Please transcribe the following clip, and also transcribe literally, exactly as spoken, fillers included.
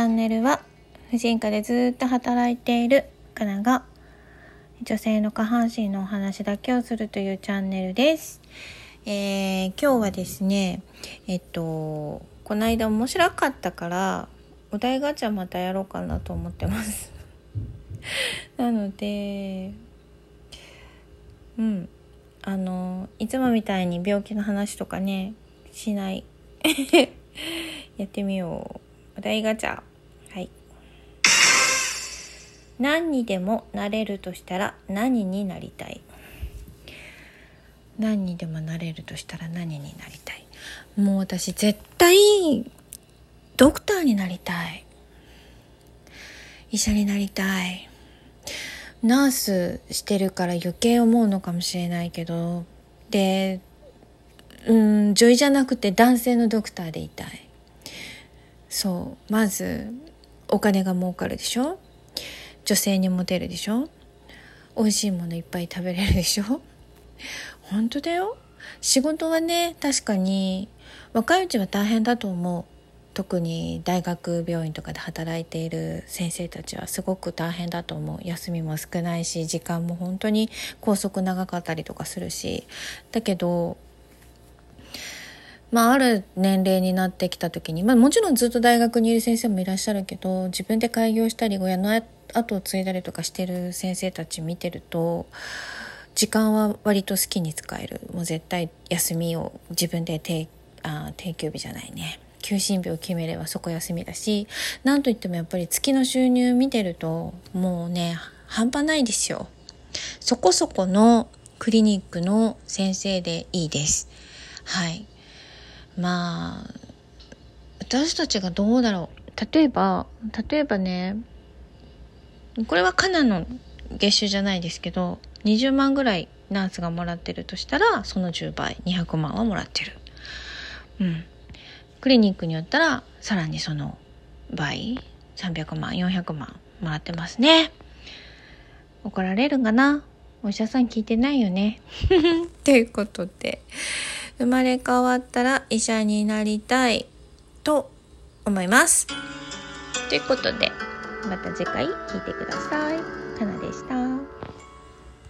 ャンネルは婦人科でずっと働いているかなが女性の下半身のお話だけをするというチャンネルです。えー、今日はですねえっとこの間面白かったからお題ガチャまたやろうかなと思ってますなのでうんあのいつもみたいに病気の話とかねしないやってみよう。お題ガチャ。はい。何にでもなれるとしたら何になりたい？何にでもなれるとしたら何になりたい？もう私絶対ドクターになりたい。医者になりたい。ナースしてるから余計思うのかもしれないけど、でうん女医じゃなくて男性のドクターでいたい。そうまずお金が儲かるでしょ、女性にモテるでしょ、美味しいものいっぱい食べれるでしょ。本当だよ。仕事はね確かに若いうちは大変だと思う。特に大学病院とかで働いている先生たちはすごく大変だと思う。休みも少ないし時間も本当に拘束長かったりとかするし、だけどまあ、ある年齢になってきた時に、まあ、もちろんずっと大学にいる先生もいらっしゃるけど、自分で開業したり親の後を継いだりとかしてる先生たち見てると時間は割と好きに使える。もう絶対休みを自分で定あ定休日じゃないね休診日を決めればそこ休みだし、なんといってもやっぱり月の収入見てるともうね半端ないですよ。そこそこのクリニックの先生でいいです。はい。まあ私たちがどうだろう。例えば例えばね、これはカナの月収じゃないですけどにじゅうまんぐらいナースがもらってるとしたらそのじゅうばいにひゃくまんはもらってる。うんクリニックによったらさらにその倍さんびゃくまんよんひゃくまんもらってますね。怒られるんかな、お医者さん聞いてないよねということで、生まれ変わったら医者になりたいと思います。ということでまた次回聞いてください。かなでした。